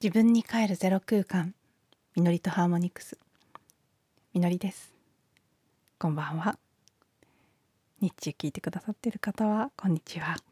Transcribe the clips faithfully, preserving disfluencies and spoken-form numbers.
自分に帰るゼロ空間、みのりとハーモニクス、みのりです。こんばんは。日中聞いてくださっている方はこんにちは。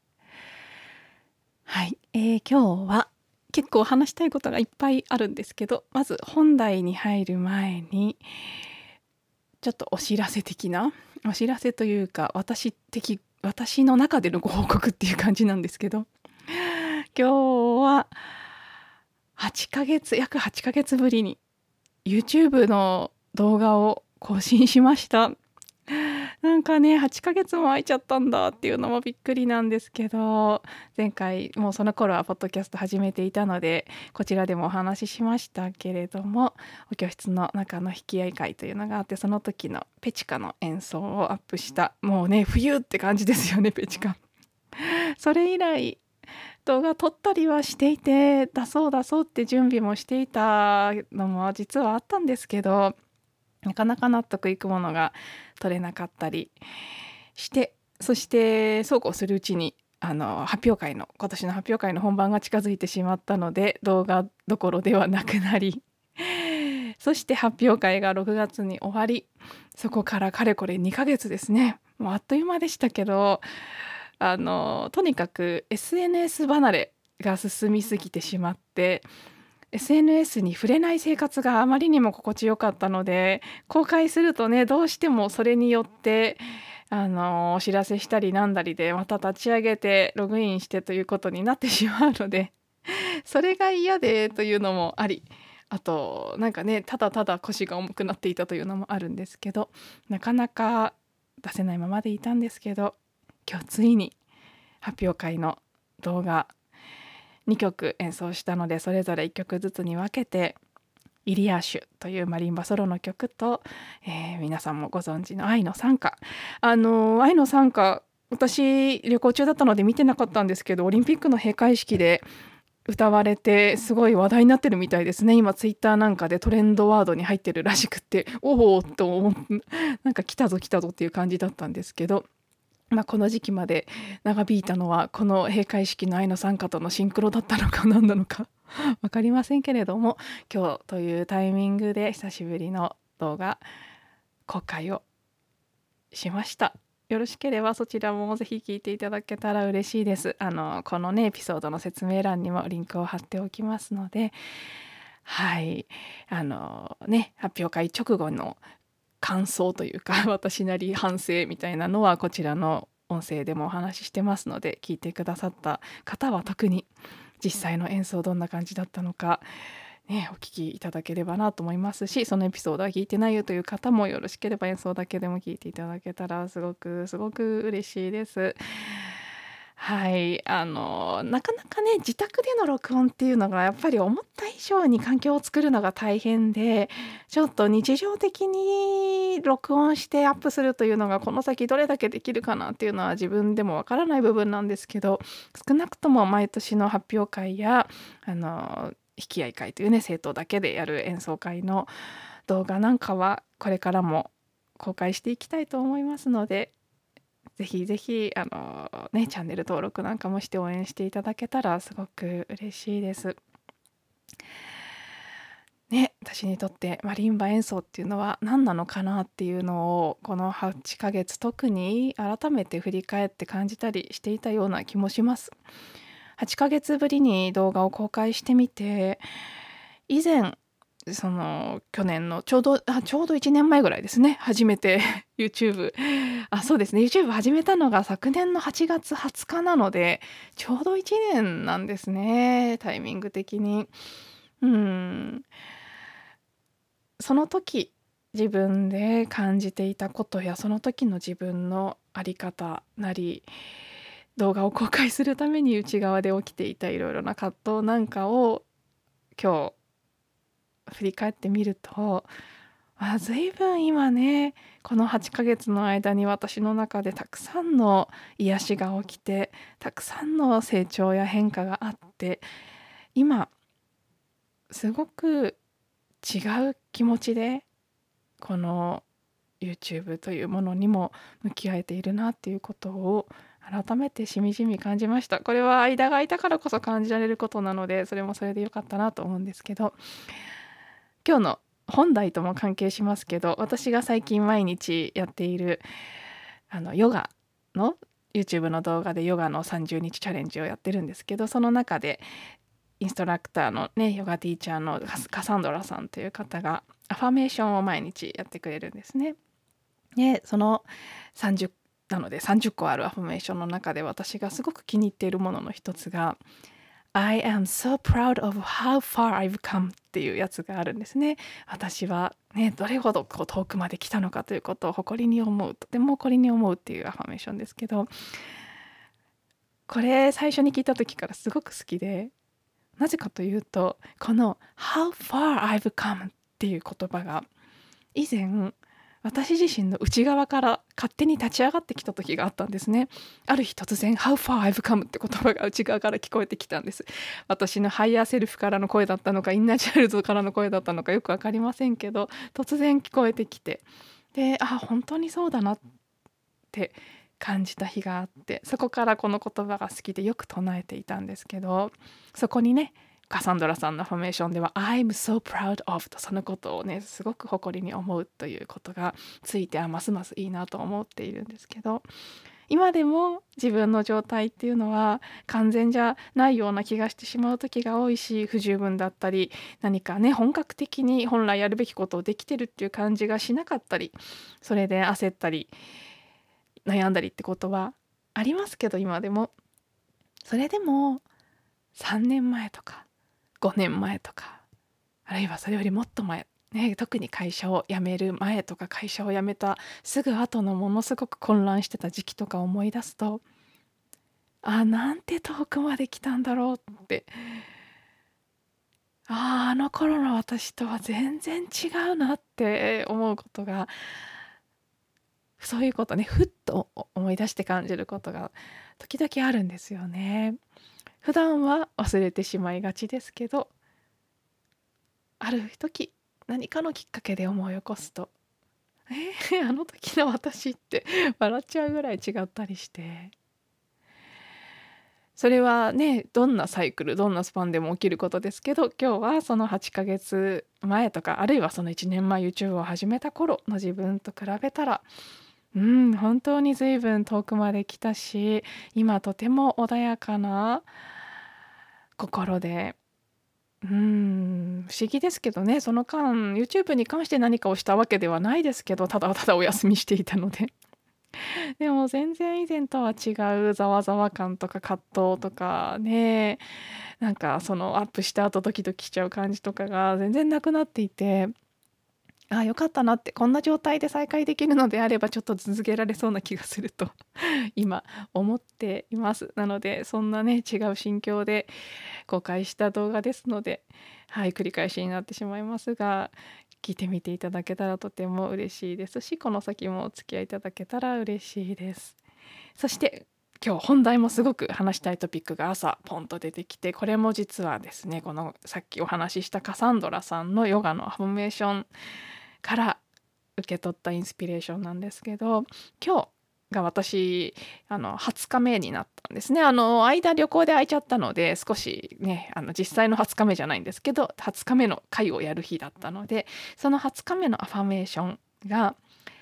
はい、えー、今日は結構話したいことがいっぱいあるんですけど、まず本題に入る前にちょっとお知らせ的なお知らせというか私的私の中でのご報告っていう感じなんですけど、今日ははちかげつ約はちかげつぶりに YouTube の動画を更新しました。なんかね、はちかげつも空いちゃったんだっていうのもびっくりなんですけど、前回もうその頃はポッドキャスト始めていたのでこちらでもお話ししましたけれども、お教室の中の弾き合い会というのがあって、その時のペチカの演奏をアップした、もうね冬って感じですよね、ペチカ。それ以来動画撮ったりはしていて、出そう出そうって準備もしていたのも実はあったんですけど、なかなか納得いくものが撮れなかったりして、そしてそうこうするうちにあの発表会の今年の発表会の本番が近づいてしまったので、動画どころではなくなりそして発表会がろくがつに終わり、そこからかれこれにかげつですね。もうあっという間でしたけど、あのとにかく エスエヌエス 離れが進みすぎてしまって、 エスエヌエス に触れない生活があまりにも心地よかったので、公開するとね、どうしてもそれによってあのお知らせしたりなんだりでまた立ち上げてログインしてということになってしまうので、それが嫌でというのもあり、あとなんかね、ただただ腰が重くなっていたというのもあるんですけど、なかなか出せないままでいたんですけど、今日ついに発表会の動画にきょく演奏したので、それぞれいっきょくずつに分けてイリアーシュというマリンバソロの曲と、えー、皆さんもご存知の愛の賛歌、あのー、愛の賛歌、私旅行中だったので見てなかったんですけど、オリンピックの閉会式で歌われてすごい話題になってるみたいですね。今ツイッターなんかでトレンドワードに入ってるらしくって、おおと思ってなんか来たぞ来たぞっていう感じだったんですけど、まあ、この時期まで長引いたのはこの閉会式の愛の賛歌とのシンクロだったのか何なのか分かりませんけれども、今日というタイミングで久しぶりの動画公開をしました。よろしければそちらもぜひ聞いていただけたら嬉しいです。あのこのねエピソードの説明欄にもリンクを貼っておきますので、はいあのね発表会直後の感想というか私なり反省みたいなのはこちらの音声でもお話ししてますので、聞いてくださった方は特に実際の演奏どんな感じだったのかね、お聞きいただければなと思いますし、そのエピソードは聞いてないよという方もよろしければ演奏だけでも聞いていただけたらすごくすごく嬉しいです。はい、あのなかなかね自宅での録音っていうのがやっぱり思った以上に環境を作るのが大変で、ちょっと日常的に録音してアップするというのがこの先どれだけできるかなっていうのは自分でもわからない部分なんですけど、少なくとも毎年の発表会やあの弾き合い会というね生徒だけでやる演奏会の動画なんかはこれからも公開していきたいと思いますので、ぜひぜひあの、ね、チャンネル登録なんかもして応援していただけたらすごく嬉しいです。ね、私にとってマリンバ演奏っていうのは何なのかなっていうのをこのはちかげつ特に改めて振り返って感じたりしていたような気もします。はちかげつぶりに動画を公開してみて、以前その去年のちょうどあちょうどいちねんまえぐらいですね、初めて YouTube あそうですね YouTube 始めたのが昨年のはちがつはつかなので、ちょうどいちねんなんですね、タイミング的に。うんその時自分で感じていたことやその時の自分の在り方なり、動画を公開するために内側で起きていたいろいろな葛藤なんかを今日振り返ってみると、あ随分今ねこのはちかげつの間に私の中でたくさんの癒しが起きて、たくさんの成長や変化があって、今すごく違う気持ちでこの YouTube というものにも向き合えているなっていうことを改めてしみじみ感じました。これは間が空いたからこそ感じられることなので、それもそれでよかったなと思うんですけど、今日の本題とも関係しますけど、私が最近毎日やっているあのヨガの YouTube の動画でヨガのさんじゅうにちチャレンジをやってるんですけど、その中でインストラクターのねヨガティーチャーのカサンドラさんという方がアファメーションを毎日やってくれるんですね。でそのさんじゅうなのでさんじゅっこあるアファメーションの中で私がすごく気に入っているものの一つが I am so proud of how far I've come っていうやつがあるんですね。私はねどれほどこう遠くまで来たのかということを誇りに思う、とても誇りに思うっていうアファメーションですけど、これ最初に聞いた時からすごく好きで、なぜかというとこの How far I've come っていう言葉が以前私自身の内側から勝手に立ち上がってきた時があったんですね。ある日突然 How far I've come って言葉が内側から聞こえてきたんです。私のハイヤーセルフからの声だったのかインナーチャイルドからの声だったのかよく分かりませんけど、突然聞こえてきて、であ本当にそうだなって感じた日があって、そこからこの言葉が好きでよく唱えていたんですけど、そこにねカサンドラさんのフォーメーションでは I'm so proud of とそのことをねすごく誇りに思うということがついて、あますますいいなと思っているんですけど、今でも自分の状態っていうのは完全じゃないような気がしてしまう時が多いし、不十分だったり何かね本格的に本来やるべきことをできてるっていう感じがしなかったり、それで焦ったり悩んだりってことはありますけど、今でもそれでもさんねんまえとかごねんまえとか、あるいはそれよりもっと前、ね、特に会社を辞める前とか会社を辞めたすぐ後のものすごく混乱してた時期とか思い出すと、あなんて遠くまで来たんだろうって、ああの頃の私とは全然違うなって思うことが、そういうことねふっと思い出して感じることが時々あるんですよね。普段は忘れてしまいがちですけど、ある時何かのきっかけで思い起こすと、えー、あの時の私って笑っちゃうぐらい違ったりして、それはねどんなサイクルどんなスパンでも起きることですけど、今日はそのはちかげつまえとか、あるいはそのいちねんまえ YouTube を始めた頃の自分と比べたら、うん本当に随分遠くまで来たし、今とても穏やかな心で、うーん不思議ですけどね、その間 YouTube に関して何かをしたわけではないですけど、ただただお休みしていたのででも全然以前とは違うざわざわ感とか葛藤とかね、なんかそのアップした後ドキドキしちゃう感じとかが全然なくなっていて、ああよかったなって、こんな状態で再開できるのであればちょっと続けられそうな気がすると今思っています。なのでそんなね違う心境で公開した動画ですので、はい繰り返しになってしまいますが、聞いてみていただけたらとても嬉しいですし、この先もお付き合いいただけたら嬉しいです。そして今日本題もすごく話したいトピックが朝ポンと出てきて、これも実はですねこのさっきお話ししたカサンドラさんのヨガのアファメーションから受け取ったインスピレーションなんですけど、今日が私あのはつかめになったんですね。あの間旅行で空いちゃったので少しねあの実際のはつかめじゃないんですけどはつかめの会をやる日だったので、そのはつかめのアファメーションが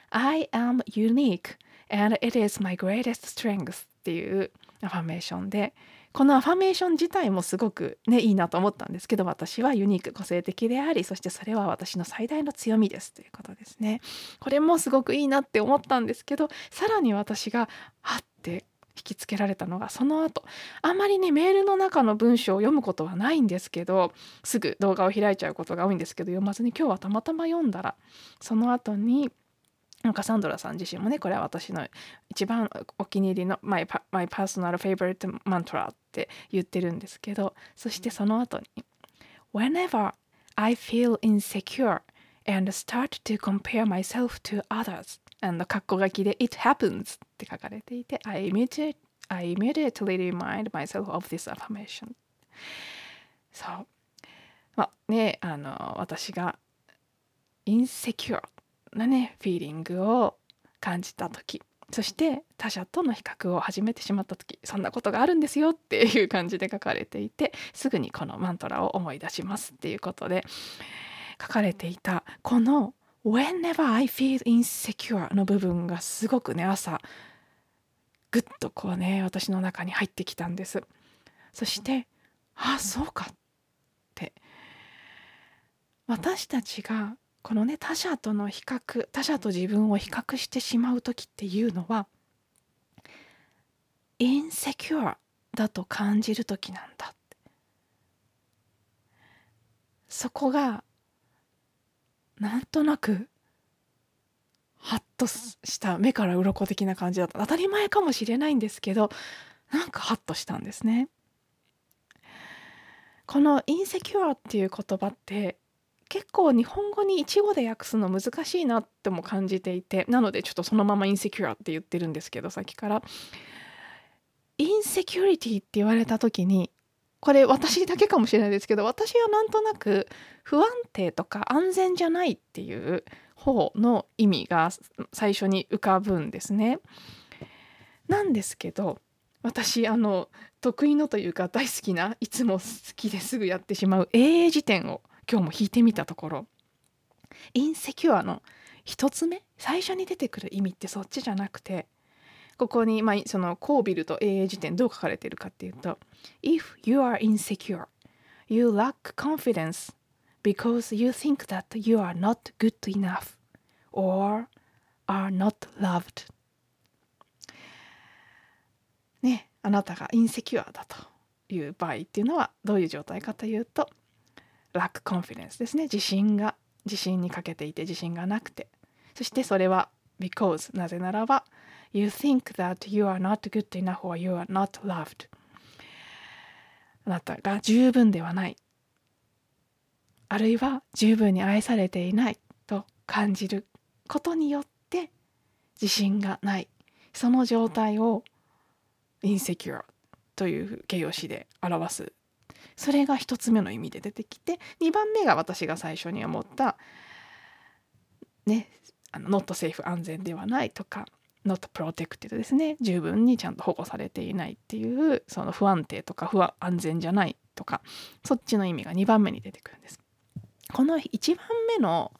I am unique and it is my greatest strength っていうアファメーションで、このアファメーション自体もすごくねいいなと思ったんですけど、私はユニーク個性的であり、そしてそれは私の最大の強みですということですね。これもすごくいいなって思ったんですけど、さらに私がはって引きつけられたのがその後、あんまりねメールの中の文章を読むことはないんですけど、すぐ動画を開いちゃうことが多いんですけど読まずに、今日はたまたま読んだらその後にカサンドラさん自身もね、これは私の一番お気に入りの My, my personal favorite mantra って言ってるんですけど、そしてその後に Whenever I feel insecure and start to compare myself to others and 括弧書きで It happens って書かれていて I immediately, I immediately remind myself of this affirmation。 そうまあねあの私が insecureなねフィーリングを感じた時、 そして他者との比較を始めてしまった時、そんなことがあるんですよっていう感じで書かれていて、すぐにこのマントラを思い出しますっていうことで書かれていた、この Whenever I feel insecure の部分がすごくね、朝ぐっとこうね、私の中に入ってきたんです。そしてあ、そうかって、私たちがこのね、他者との比較、他者と自分を比較してしまう時っていうのはインセキュアだと感じる時なんだって。そこがなんとなくハッとした目から鱗的な感じだった。当たり前かもしれないんですけど、なんかハッとしたんですね。このインセキュアっていう言葉って結構日本語に一語で訳すの難しいなっても感じていて、なのでちょっとそのままインセキュアって言ってるんですけど、さっきからインセキュリティって言われた時に、これ私だけかもしれないですけど、私はなんとなく不安定とか安全じゃないっていう方の意味が最初に浮かぶんですね。なんですけど、私あの得意のというか大好きな、いつも好きですぐやってしまう英英辞典を今日も引いてみたところ、インセキュアの一つ目、最初に出てくる意味ってそっちじゃなくて、ここに、まあ、そのコービルと英英辞典どう書かれているかっていうと If you are insecure, you lack confidence because you think that you are not good enough or are not loved ね、あなたがインセキュアだという場合っていうのはどういう状態かというと lack confidence ですね。自信が自信に欠けていて自信がなくて、そしてそれは because なぜならばYou think that you are not good enough or you are not loved. あなたが十分ではない。あるいは十分に愛されていないと感じることによって自信がない。その状態を insecure という形容詞で表す。それが一つ目の意味で出てきて、二番目が私が最初に思ったね、あの not safe 安全ではないとか。not protected ですね。十分にちゃんと保護されていないっていう、その不安定とか不安安全じゃないとか、そっちの意味がにばんめに出てくるんです。このいちばんめの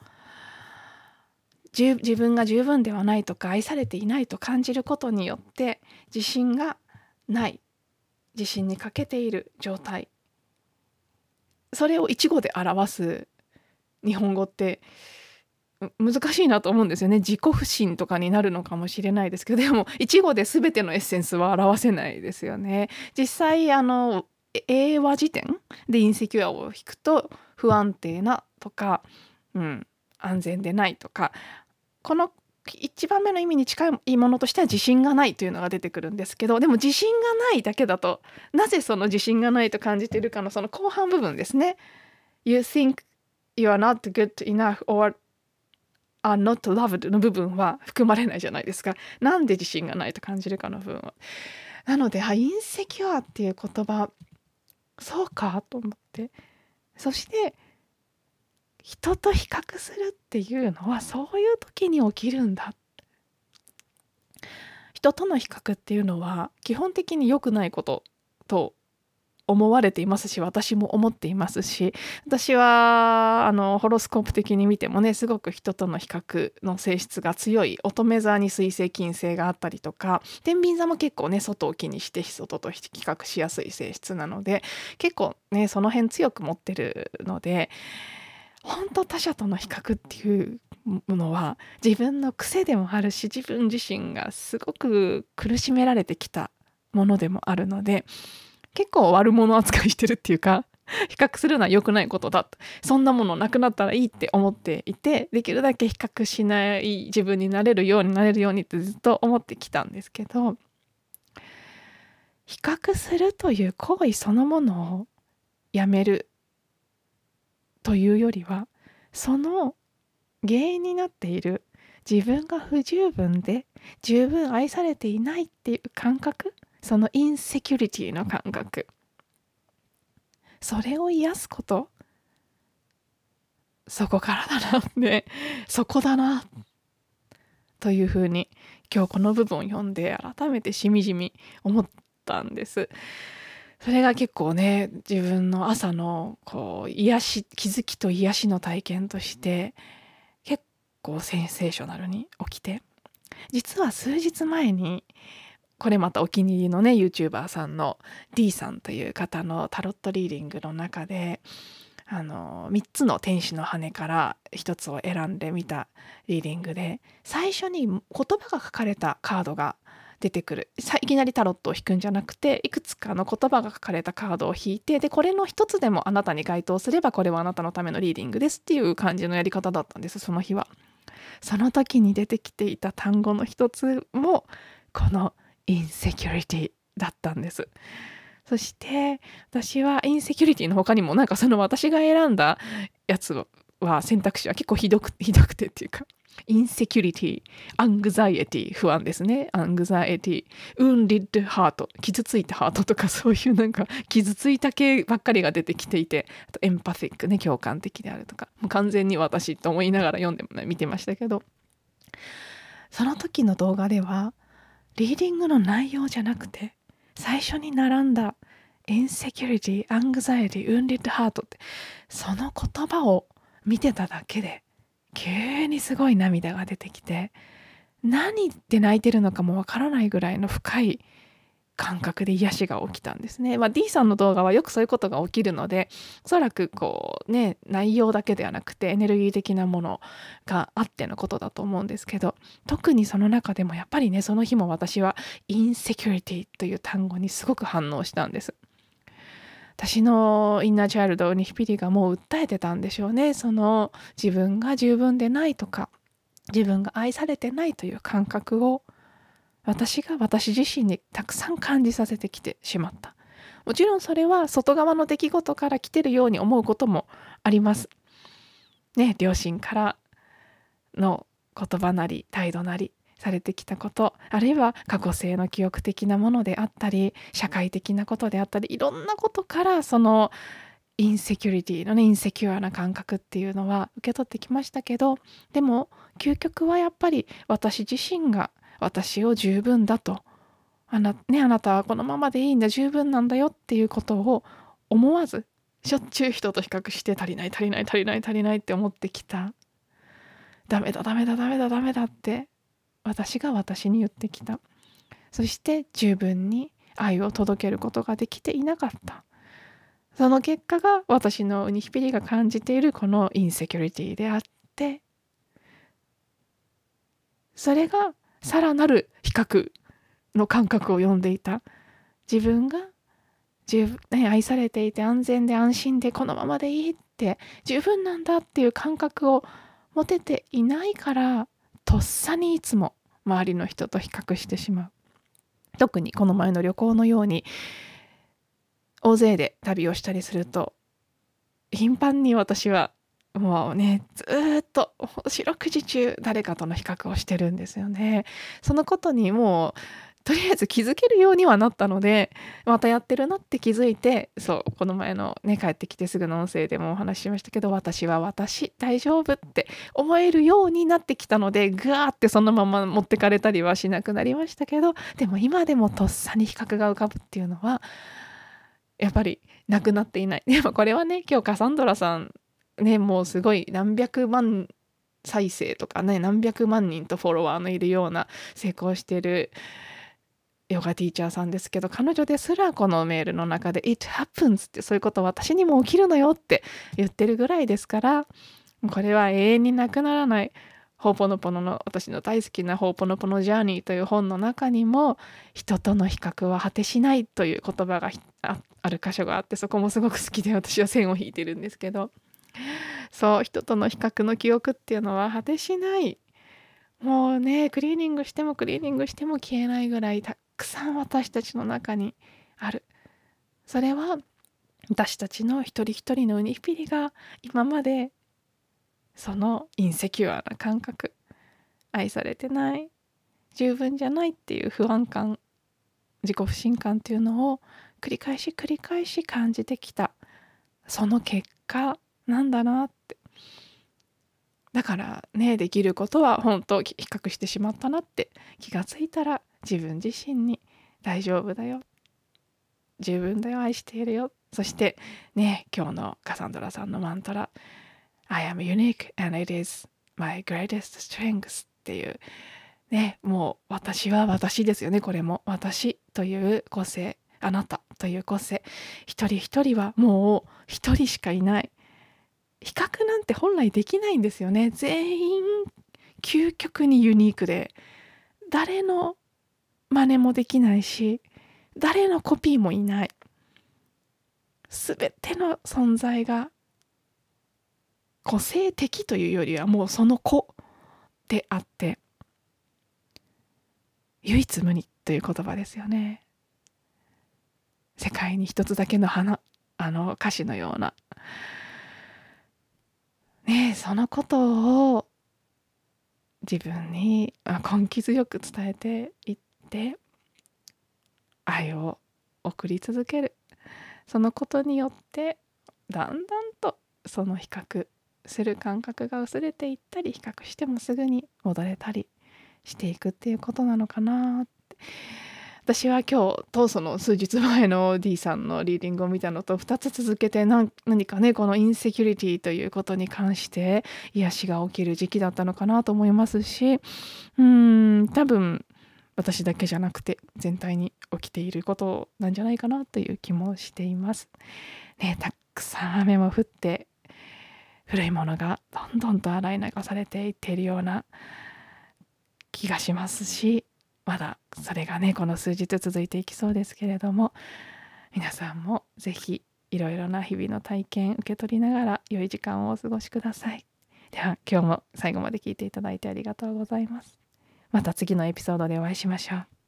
自分が十分ではないとか愛されていないと感じることによって自信がない、自信に欠けている状態、それを一語で表す日本語って難しいなと思うんですよね。自己不信とかになるのかもしれないですけど、でも一語で全てのエッセンスは表せないですよね。実際あの英和辞典でインセキュアを引くと不安定なとか、うん、安全でないとか、このいちばんめの意味に近いものとしては自信がないというのが出てくるんですけど、でも自信がないだけだと、なぜその自信がないと感じているかのその後半部分ですね。You think you are not good enough or are not loved の部分は含まれないじゃないですか。なんで自信がないと感じるかの部分は。なので、インセキュアっていう言葉、そうかと思って。そして、人と比較するっていうのはそういう時に起きるんだ。人との比較っていうのは基本的に良くないことと思われていますし、私も思っていますし、私はあのホロスコープ的に見てもね、すごく人との比較の性質が強い、乙女座に水星金星があったりとか、天秤座も結構ね、外を気にして人と比較しやすい性質なので、結構ねその辺強く持ってるので、本当他者との比較っていうものは自分の癖でもあるし、自分自身がすごく苦しめられてきたものでもあるので、結構悪者扱いしてるっていうか、比較するのは良くないことだと、そんなものなくなったらいいって思っていて、できるだけ比較しない自分になれるようになれるようにってずっと思ってきたんですけど、比較するという行為そのものをやめるというよりは、その原因になっている自分が不十分で十分愛されていないっていう感覚、そのインセキュリティの感覚、それを癒すこと、そこからだなってそこだなというふうに今日この部分を読んで改めてしみじみ思ったんです。それが結構ね、自分の朝のこう癒し気づきと癒しの体験として結構センセーショナルに起きて、実は数日前にこれまたお気に入りのね YouTuber さんの D さんという方のタロットリーディングの中で、あのみっつの天使の羽からひとつを選んでみたリーディングで、最初に言葉が書かれたカードが出てくる。さいきなりタロットを引くんじゃなくて、いくつかの言葉が書かれたカードを引いて、でこれの一つでもあなたに該当すればこれはあなたのためのリーディングですっていう感じのやり方だったんです、その日は。その時に出てきていた単語の一つもこのインセキュリティだったんです。そして私はインセキュリティの他にもなんかその私が選んだやつは選択肢は結構ひどくひどくてっていうか、インセキュリティ、アングザイエティ、不安ですね。アングザイエティ、ウンリッドハート、傷ついたハートとかそういうなんか傷ついた系ばっかりが出てきていて、あとエンパシックね、共感的であるとか、もう完全に私と思いながら読んでも、ね、見てましたけど、その時の動画ではリーディングの内容じゃなくて、最初に並んだインセキュリティ、アングザイエティ、ウンリッドハートって、その言葉を見てただけで急にすごい涙が出てきて、何で泣いてるのかもわからないぐらいの深い感覚で癒しが起きたんですね。まあ、D さんの動画はよくそういうことが起きるので、おそらくこうね、内容だけではなくてエネルギー的なものがあってのことだと思うんですけど、特にその中でもやっぱりね、その日も私はインセキュリティという単語にすごく反応したんです。私のインナーチャイルドにヒピリがもう訴えてたんでしょうね。その自分が十分でないとか、自分が愛されてないという感覚を私が私自身にたくさん感じさせてきてしまった。もちろんそれは外側の出来事から来てるように思うこともあります。ね、両親からの言葉なり態度なりされてきたこと、あるいは過去性の記憶的なものであったり、社会的なことであったり、いろんなことからそのインセキュリティのね、インセキュアな感覚っていうのは受け取ってきましたけど、でも究極はやっぱり私自身が私を十分だと、あな、ね、あなたはこのままでいいんだ、十分なんだよっていうことを思わず、しょっちゅう人と比較して足りない足りない足りない足りないって思ってきた。ダメだダメだダメだダメだって私が私に言ってきた。そして十分に愛を届けることができていなかった。その結果が私のウニヒピリが感じているこのインセキュリティであって、それがさらなる比較の感覚を呼んでいた。自分が十分、ね、愛されていて安全で安心でこのままでいいって十分なんだっていう感覚を持てていないから、とっさにいつも周りの人と比較してしまう。特にこの前の旅行のように大勢で旅をしたりすると、頻繁に私はもうね、ずっと四六時中誰かとの比較をしてるんですよね。そのことにもうとりあえず気づけるようにはなったので、またやってるなって気づいて、そうこの前のね、帰ってきてすぐの音声でもお話ししましたけど、私は私大丈夫って思えるようになってきたので、ぐわーってそのまま持ってかれたりはしなくなりましたけど、でも今でもとっさに比較が浮かぶっていうのはやっぱりなくなっていない。でもこれはね、今日カサンドラさんね、もうすごい何百万再生とかね、何百万人とフォロワーのいるような成功してるヨガティーチャーさんですけど、彼女ですらこのメールの中で It happens ってそういうこと私にも起きるのよって言ってるぐらいですから、これは永遠になくならない。ホーポノポノの私の大好きなホーポノポノジャーニーという本の中にも、人との比較は果てしないという言葉が あ, ある箇所があって、そこもすごく好きで私は線を引いてるんですけど、そう人との比較の記憶っていうのは果てしない。もうね、クリーニングしてもクリーニングしても消えないぐらいたくさん私たちの中にある。それは私たちの一人一人のウニヒピリが今までそのインセキュアな感覚、愛されてない、十分じゃないっていう不安感、自己不信感っていうのを繰り返し繰り返し感じてきた、その結果なんだなって。 だからね、できることは本当比較してしまったなって気がついたら、自分自身に大丈夫だよ、十分だよ、愛しているよ。そしてね、今日のカサンドラさんのマントラ I am unique and it is my greatest strength っていうね、もう私は私ですよね。これも私という個性、あなたという個性、一人一人はもう一人しかいない。比較なんて本来できないんですよね。全員究極にユニークで、誰の真似もできないし、誰のコピーもいない。すべての存在が個性的というよりはもうその子であって、唯一無二という言葉ですよね。世界に一つだけの花、あの歌詞のようなねえ、そのことを自分に根気強く伝えていって、愛を送り続ける。そのことによってだんだんとその比較する感覚が薄れていったり、比較してもすぐに戻れたりしていくっていうことなのかなって。私は今日とその数日前の D さんのリーディングを見たのとふたつ続けて、何何かね、このインセキュリティということに関して癒しが起きる時期だったのかなと思いますし、うーん多分私だけじゃなくて全体に起きていることなんじゃないかなという気もしています。ね、たくさん雨も降って古いものがどんどんと洗い流されていっているような気がしますし、まだそれがねこの数日続いていきそうですけれども、皆さんもぜひいろいろな日々の体験受け取りながら良い時間をお過ごしください。では今日も最後まで聞いていただいてありがとうございます。また次のエピソードでお会いしましょう。